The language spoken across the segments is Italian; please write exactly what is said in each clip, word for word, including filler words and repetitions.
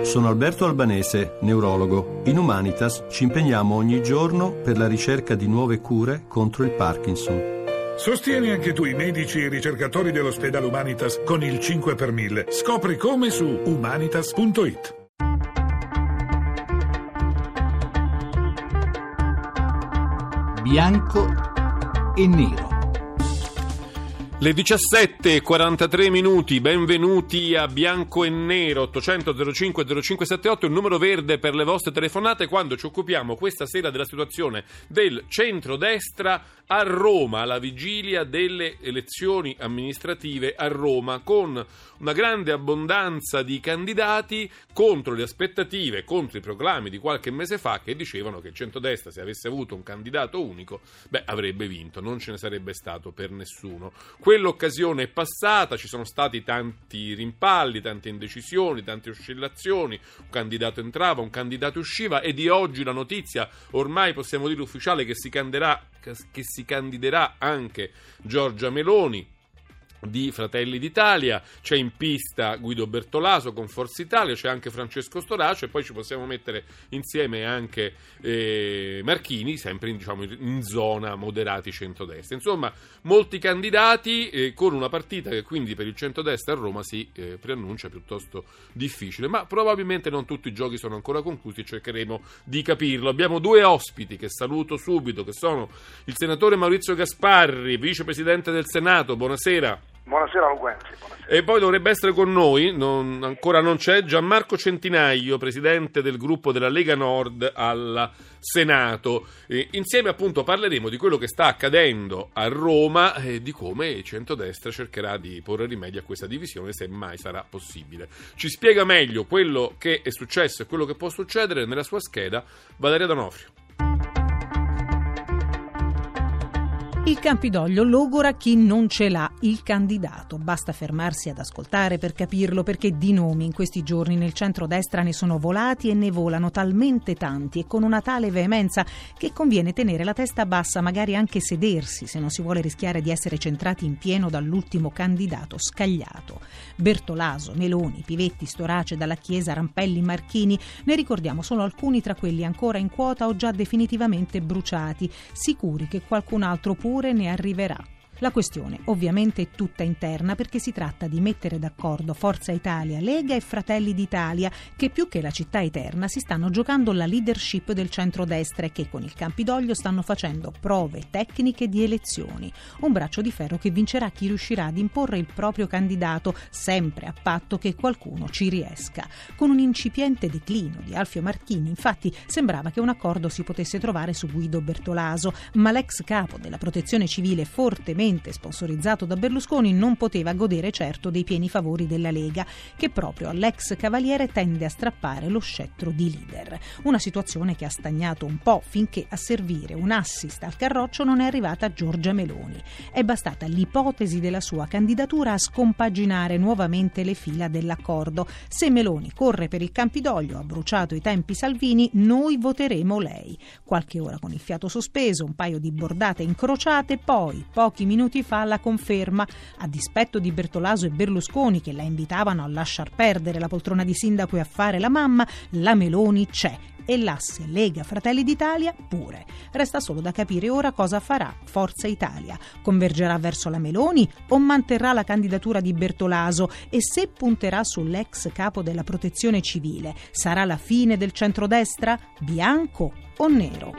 Sono Alberto Albanese, neurologo. In Humanitas ci impegniamo ogni giorno per la ricerca di nuove cure contro il Parkinson. Sostieni anche tu i medici e i ricercatori dell'ospedale Humanitas con il cinque per mille. Scopri come su humanitas punto it. Bianco e nero. Le diciassette e quarantatré minuti, benvenuti a Bianco e Nero. Ottocento zero cinque zero cinque sette otto, il numero verde per le vostre telefonate quando ci occupiamo questa sera della situazione del centrodestra a Roma, alla vigilia delle elezioni amministrative a Roma, con una grande abbondanza di candidati contro le aspettative, contro i proclami di qualche mese fa che dicevano che il centrodestra, se avesse avuto un candidato unico, beh, avrebbe vinto, non ce ne sarebbe stato per nessuno. Quell'occasione è passata, ci sono stati tanti rimpalli, tante indecisioni, tante oscillazioni, un candidato entrava, un candidato usciva, e di oggi la notizia, ormai possiamo dire ufficiale, che si candiderà, che si candiderà anche Giorgia Meloni di Fratelli d'Italia. C'è in pista Guido Bertolaso con Forza Italia, c'è anche Francesco Storace, e poi ci possiamo mettere insieme anche eh, Marchini, sempre in, diciamo, in zona moderati centrodestra. Insomma, molti candidati eh, con una partita che quindi per il centrodestra a Roma si eh, preannuncia piuttosto difficile, ma probabilmente non tutti i giochi sono ancora conclusi e cercheremo di capirlo. Abbiamo due ospiti che saluto subito, che sono il senatore Maurizio Gasparri, vicepresidente del Senato. Buonasera. Buonasera Luquenzi. Buonasera. E poi dovrebbe essere con noi, non, ancora non c'è, Gianmarco Centinaio, presidente del gruppo della Lega Nord al Senato. E insieme appunto parleremo di quello che sta accadendo a Roma e di come il centrodestra cercherà di porre rimedio a questa divisione, se mai sarà possibile. Ci spiega meglio quello che è successo e quello che può succedere nella sua scheda Valeria D'Onofrio. Il Campidoglio logora chi non ce l'ha, il candidato. Basta fermarsi ad ascoltare per capirlo, perché di nomi in questi giorni nel centrodestra ne sono volati e ne volano talmente tanti e con una tale veemenza che conviene tenere la testa bassa, magari anche sedersi, se non si vuole rischiare di essere centrati in pieno dall'ultimo candidato scagliato. Bertolaso, Meloni, Pivetti, Storace, Dalla Chiesa, Rampelli, Marchini, ne ricordiamo solo alcuni tra quelli ancora in quota o già definitivamente bruciati, sicuri che qualcun altro pure ne arriverà. La questione ovviamente è tutta interna, perché si tratta di mettere d'accordo Forza Italia, Lega e Fratelli d'Italia, che più che la città eterna si stanno giocando la leadership del centrodestra e che con il Campidoglio stanno facendo prove tecniche di elezioni. Un braccio di ferro che vincerà chi riuscirà ad imporre il proprio candidato, sempre a patto che qualcuno ci riesca. Con un incipiente declino di Alfio Marchini, infatti, sembrava che un accordo si potesse trovare su Guido Bertolaso, ma l'ex capo della Protezione Civile, fortemente sponsorizzato da Berlusconi, non poteva godere certo dei pieni favori della Lega, che proprio all'ex cavaliere tende a strappare lo scettro di leader. Una situazione che ha stagnato un po' finché a servire un assist al carroccio non è arrivata Giorgia Meloni. È bastata l'ipotesi della sua candidatura a scompaginare nuovamente le fila dell'accordo. Se Meloni corre per il Campidoglio, ha bruciato i tempi Salvini, noi voteremo lei. Qualche ora con il fiato sospeso, un paio di bordate incrociate, poi pochi minuti fa la conferma. A dispetto di Bertolaso e Berlusconi, che la invitavano a lasciar perdere la poltrona di sindaco e a fare la mamma, la Meloni c'è. E l'asse Lega Fratelli d'Italia pure. Resta solo da capire ora cosa farà Forza Italia. Convergerà verso la Meloni o manterrà la candidatura di Bertolaso? E se punterà sull'ex capo della Protezione Civile, sarà la fine del centrodestra? Bianco o nero?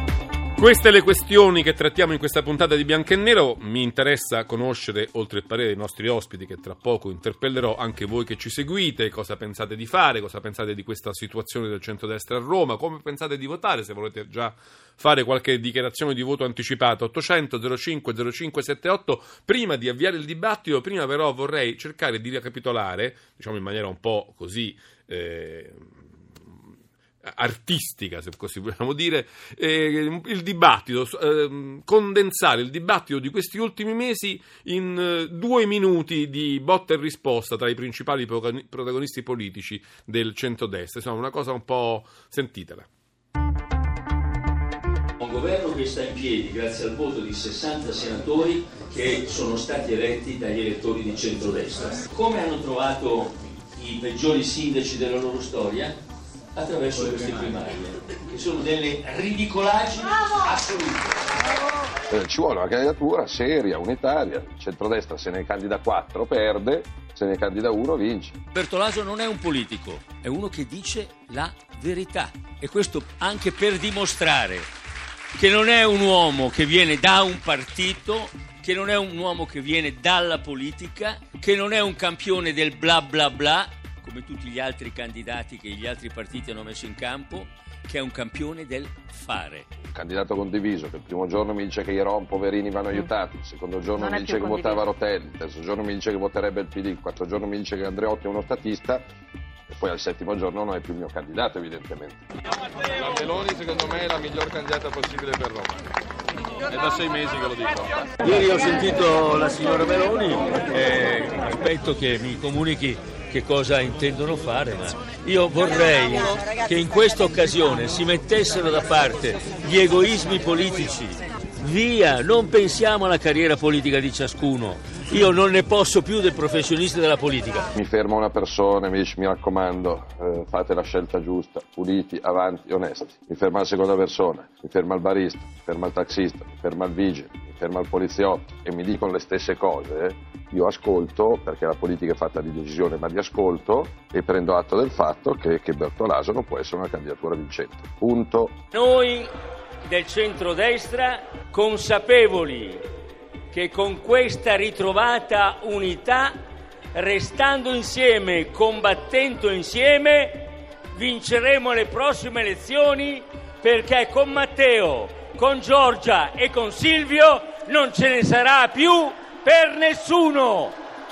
Queste le questioni che trattiamo in questa puntata di Bianco e Nero. Mi interessa conoscere, oltre il parere dei nostri ospiti, che tra poco interpellerò, anche voi che ci seguite, cosa pensate di fare, cosa pensate di questa situazione del centrodestra a Roma, come pensate di votare, se volete già fare qualche dichiarazione di voto anticipata. Ottocento zero cinque zero cinque sette otto. Prima di avviare il dibattito, prima però vorrei cercare di ricapitolare, diciamo in maniera un po' così eh, artistica, se così vogliamo dire, eh, il dibattito, eh, condensare il dibattito di questi ultimi mesi in eh, due minuti di botta e risposta tra i principali protagonisti politici del centrodestra. Insomma, una cosa un po'... sentitela. Un governo che sta in piedi grazie al voto di sessanta senatori che sono stati eletti dagli elettori di centrodestra. Come hanno trovato i peggiori sindaci della loro storia attraverso queste primarie, che sono delle ridicolaggini assolute. Eh, ci vuole una candidatura seria, unitaria. Il centrodestra se ne candida quattro perde, se ne candida uno vince. Bertolaso non è un politico, è uno che dice la verità, e questo anche per dimostrare che non è un uomo che viene da un partito, che non è un uomo che viene dalla politica, che non è un campione del bla bla bla come tutti gli altri candidati che gli altri partiti hanno messo in campo, che è un campione del fare. Un candidato condiviso, che il primo giorno mi dice che i rom poverini vanno aiutati, il secondo giorno Non mi è dice più che condiviso. votava Rotelli, il terzo giorno mi dice che voterebbe il P D, il quarto giorno mi dice che Andreotti è uno statista, e poi al settimo giorno non è più il mio candidato, evidentemente. La Meloni secondo me è la miglior candidata possibile per Roma. È da sei mesi che lo dico. Ieri ho sentito la signora Meloni e aspetto che mi comunichi che cosa intendono fare, ma io vorrei che in questa occasione si mettessero da parte gli egoismi politici. Via, non pensiamo alla carriera politica di ciascuno. Io non ne posso più del professionista della politica. Mi ferma una persona e mi dice: mi raccomando, eh, fate la scelta giusta, puliti, avanti, onesti. Mi ferma la seconda persona, mi ferma il barista, mi ferma il taxista, mi ferma il vigile, mi ferma il poliziotto e mi dicono le stesse cose. Eh. Io ascolto, perché la politica è fatta di decisione, ma di ascolto, e prendo atto del fatto che, che Bertolaso non può essere una candidatura vincente. Punto. Noi del centrodestra, consapevoli che con questa ritrovata unità, restando insieme, combattendo insieme, vinceremo le prossime elezioni, perché con Matteo, con Giorgia e con Silvio non ce ne sarà più per nessuno.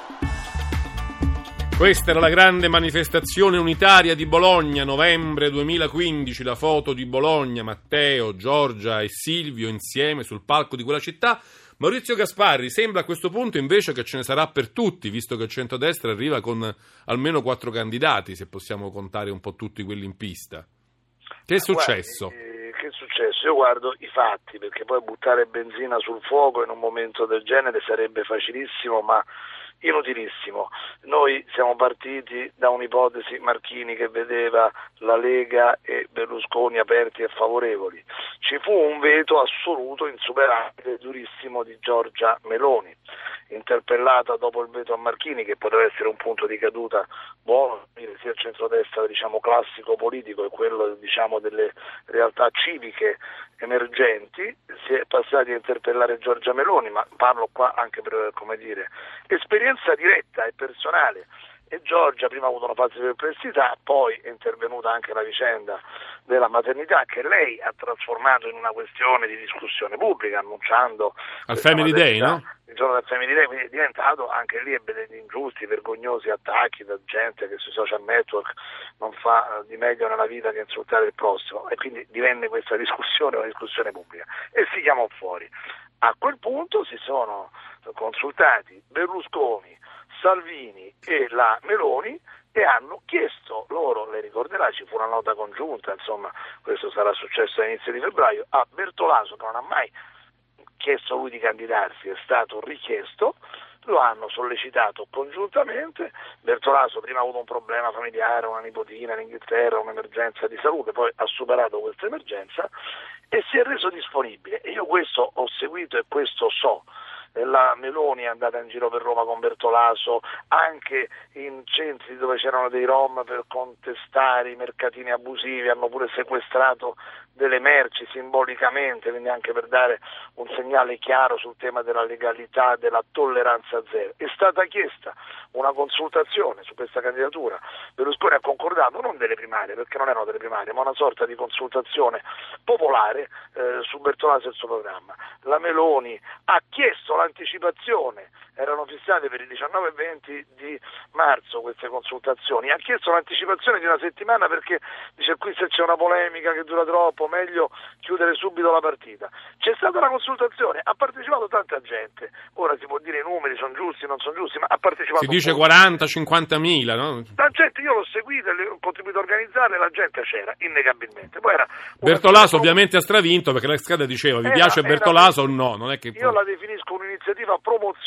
Questa era la grande manifestazione unitaria di Bologna, novembre duemilaquindici, la foto di Bologna, Matteo, Giorgia e Silvio insieme sul palco di quella città. Maurizio Gasparri, sembra a questo punto invece che ce ne sarà per tutti, visto che il centrodestra arriva con almeno quattro candidati, se possiamo contare un po' tutti quelli in pista. Che è successo? Guardi, eh, che è successo? Io guardo i fatti, perché poi buttare benzina sul fuoco in un momento del genere sarebbe facilissimo, ma inutilissimo. Noi siamo partiti da un'ipotesi Marchini che vedeva la Lega e Berlusconi aperti e favorevoli. Ci fu un veto assoluto, insuperabile, durissimo di Giorgia Meloni, interpellata dopo il veto a Marchini, che poteva essere un punto di caduta buono, sia il centrodestra, diciamo, classico politico e quello, diciamo, delle realtà civiche emergenti. Si è passati a interpellare Giorgia Meloni, ma parlo qua anche per, come dire, esperienza diretta e personale. E Giorgia prima ha avuto una fase di perplessità, poi è intervenuta anche la vicenda della maternità, che lei ha trasformato in una questione di discussione pubblica, annunciando al Family Day, no? Il giorno del Family Day, quindi è diventato anche lì degli ingiusti, vergognosi attacchi da gente che sui social network non fa di meglio nella vita che insultare il prossimo, e quindi divenne questa discussione una discussione pubblica e si chiamò fuori. A quel punto si sono consultati Berlusconi, Salvini e la Meloni e hanno chiesto loro, le ricorderà, ci fu una nota congiunta, insomma questo sarà successo all'inizio di febbraio, a Bertolaso, che non ha mai chiesto lui di candidarsi, è stato richiesto, lo hanno sollecitato congiuntamente. Bertolaso prima ha avuto un problema familiare, una nipotina in Inghilterra, un'emergenza di salute, poi ha superato questa emergenza e si è reso disponibile, e io questo ho seguito e questo so. La Meloni è andata in giro per Roma con Bertolaso, anche in centri dove c'erano dei rom per contestare i mercatini abusivi, hanno pure sequestrato delle merci simbolicamente, quindi anche per dare un segnale chiaro sul tema della legalità, della tolleranza zero. È stata chiesta una consultazione su questa candidatura, Berlusconi ha concordato, non delle primarie, perché non erano delle primarie, ma una sorta di consultazione popolare eh, su Bertolaso e il suo programma. La Meloni ha chiesto l'anticipazione, erano fissate per il diciannove e venti di marzo queste consultazioni, ha chiesto l'anticipazione di una settimana perché dice qui se c'è una polemica che dura troppo meglio chiudere subito la partita. C'è stata una consultazione, ha partecipato tanta gente, ora si può dire i numeri sono giusti, non sono giusti, ma ha partecipato si dice quaranta cinquanta mila, no? La gente, io l'ho seguita, ho contribuito a organizzarle, la gente c'era innegabilmente. Poi era Bertolaso ovviamente ha stravinto, perché la scheda diceva vi era, piace era, Bertolaso o no, non è che io la definisco un'iniziativa promozionale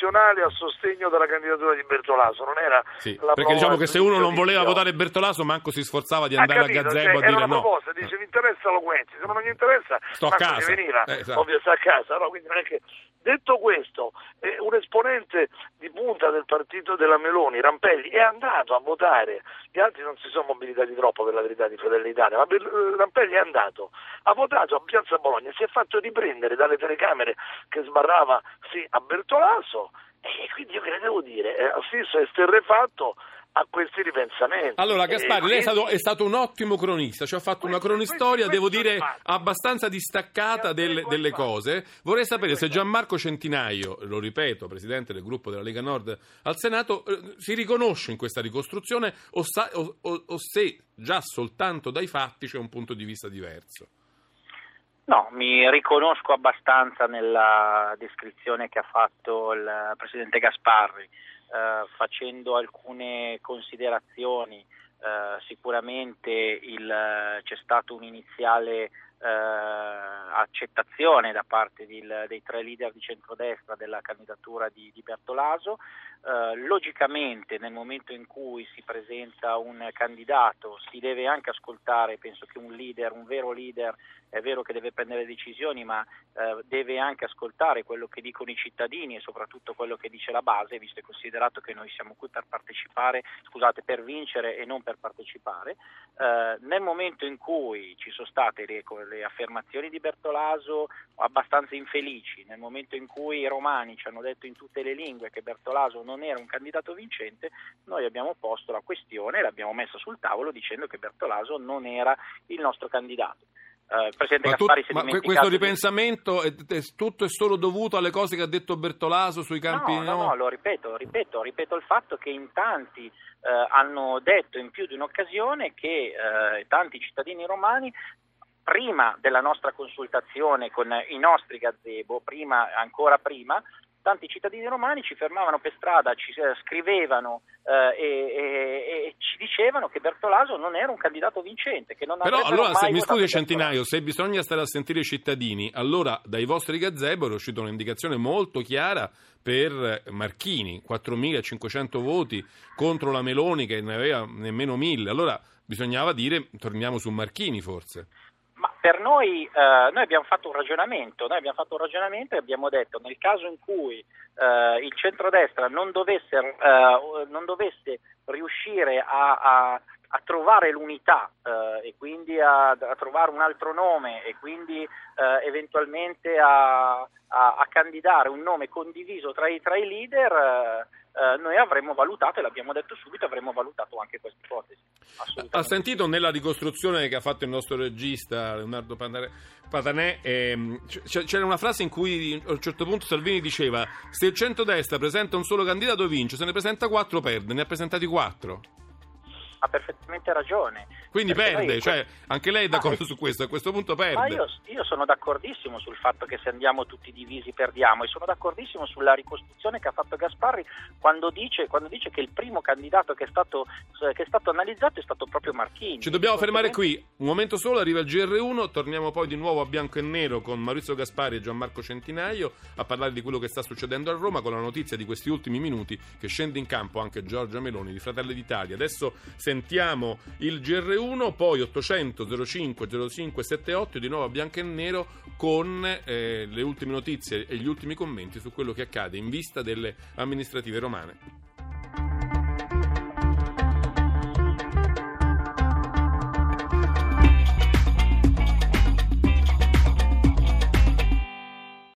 a sostegno della candidatura di Bertolaso, non era sì, la perché diciamo che se uno non voleva io. votare Bertolaso manco si sforzava di andare capito, a gazebo cioè, a dire era una no. proposta, dice vi interessa lo Guenzi, se non gli interessa sto a casa, veniva, eh, esatto. ovvio sta a casa, no? Quindi non è che... Detto questo, eh, un esponente di punta del partito della Meloni, Rampelli, è andato a votare, gli altri non si sono mobilitati troppo per la verità di Fratelli d'Italia, ma Rampelli è andato, ha votato a Piazza Bologna, si è fatto riprendere dalle telecamere che sbarrava sì a Bertolaso e quindi io che ne devo dire, eh, assisto esterrefatto a questi ripensamenti. Allora Gaspari, quindi... lei è stato, è stato un ottimo cronista, ci ha fatto questo, una cronistoria, questo, questo devo dire, abbastanza distaccata delle, delle cose. Vorrei sapere se Gianmarco Centinaio, lo ripeto, presidente del gruppo della Lega Nord al Senato, eh, si riconosce in questa ricostruzione o, sa, o, o, o se già soltanto dai fatti c'è un punto di vista diverso. No, mi riconosco abbastanza nella descrizione che ha fatto il presidente Gasparri. Uh, facendo alcune considerazioni, uh, sicuramente il, c'è stato un'iniziale uh, accettazione da parte di, dei tre leader di centrodestra della candidatura di, di Bertolaso. Uh, logicamente nel momento in cui si presenta un candidato si deve anche ascoltare, penso che un leader, un vero leader, è vero che deve prendere decisioni, ma eh, deve anche ascoltare quello che dicono i cittadini e soprattutto quello che dice la base, visto e considerato che noi siamo qui per partecipare, scusate, per vincere e non per partecipare. Eh, nel momento in cui ci sono state le, le affermazioni di Bertolaso abbastanza infelici, nel momento in cui i romani ci hanno detto in tutte le lingue che Bertolaso non era un candidato vincente, noi abbiamo posto la questione e l'abbiamo messa sul tavolo dicendo che Bertolaso non era il nostro candidato. Uh, Presidente ma, tu, Gasparri si è ma dimenticato questo ripensamento è, è, tutto è solo dovuto alle cose che ha detto Bertolaso sui campi? No, no, no, no lo ripeto, ripeto, ripeto il fatto che in tanti uh, hanno detto in più di un'occasione che uh, tanti cittadini romani prima della nostra consultazione con i nostri gazebo, prima, ancora prima, tanti cittadini romani ci fermavano per strada, ci eh, scrivevano eh, e, e, e ci dicevano che Bertolaso non era un candidato vincente, che non Però avrebbero allora, mai se mi scusi Centinaio, Bertolaso. se bisogna stare a sentire i cittadini, allora dai vostri gazebo è uscita un'indicazione molto chiara per Marchini, quattromilacinquecento voti contro la Meloni che ne aveva nemmeno mille, allora bisognava dire torniamo su Marchini forse. Ma per noi, eh, noi abbiamo fatto un ragionamento, noi abbiamo fatto un ragionamento e abbiamo detto nel caso in cui eh, il centrodestra non dovesse, eh, non dovesse riuscire a, a, a trovare l'unità eh, e quindi a, a trovare un altro nome e quindi eh, eventualmente a, a, a candidare un nome condiviso tra i, tra i leader, eh, Uh, noi avremmo valutato, e l'abbiamo detto subito, avremmo valutato anche questa ipotesi. Ha sentito nella ricostruzione che ha fatto il nostro regista Leonardo Patanè, ehm, c- c'era una frase in cui a un certo punto Salvini diceva: se il centrodestra presenta un solo candidato vince, se ne presenta quattro perde, ne ha presentati quattro. Ha perfettamente ragione. Quindi Perché perde, noi... cioè anche lei è d'accordo su questo, a questo punto perde. Ma io, io sono d'accordissimo sul fatto che se andiamo tutti divisi perdiamo, e sono d'accordissimo sulla ricostruzione che ha fatto Gasparri quando dice, quando dice che il primo candidato che è stato, che è stato analizzato è stato proprio Marchini. Ci dobbiamo fermare qui, un momento solo, arriva il G R uno, torniamo poi di nuovo a bianco e nero con Maurizio Gasparri e Gianmarco Centinaio a parlare di quello che sta succedendo a Roma, con la notizia di questi ultimi minuti che scende in campo anche Giorgia Meloni di Fratelli d'Italia. Adesso sentiamo il G R uno, poi ottocento zero cinque zero cinque settantotto di nuovo a bianco e nero con eh, le ultime notizie e gli ultimi commenti su quello che accade in vista delle amministrative romane.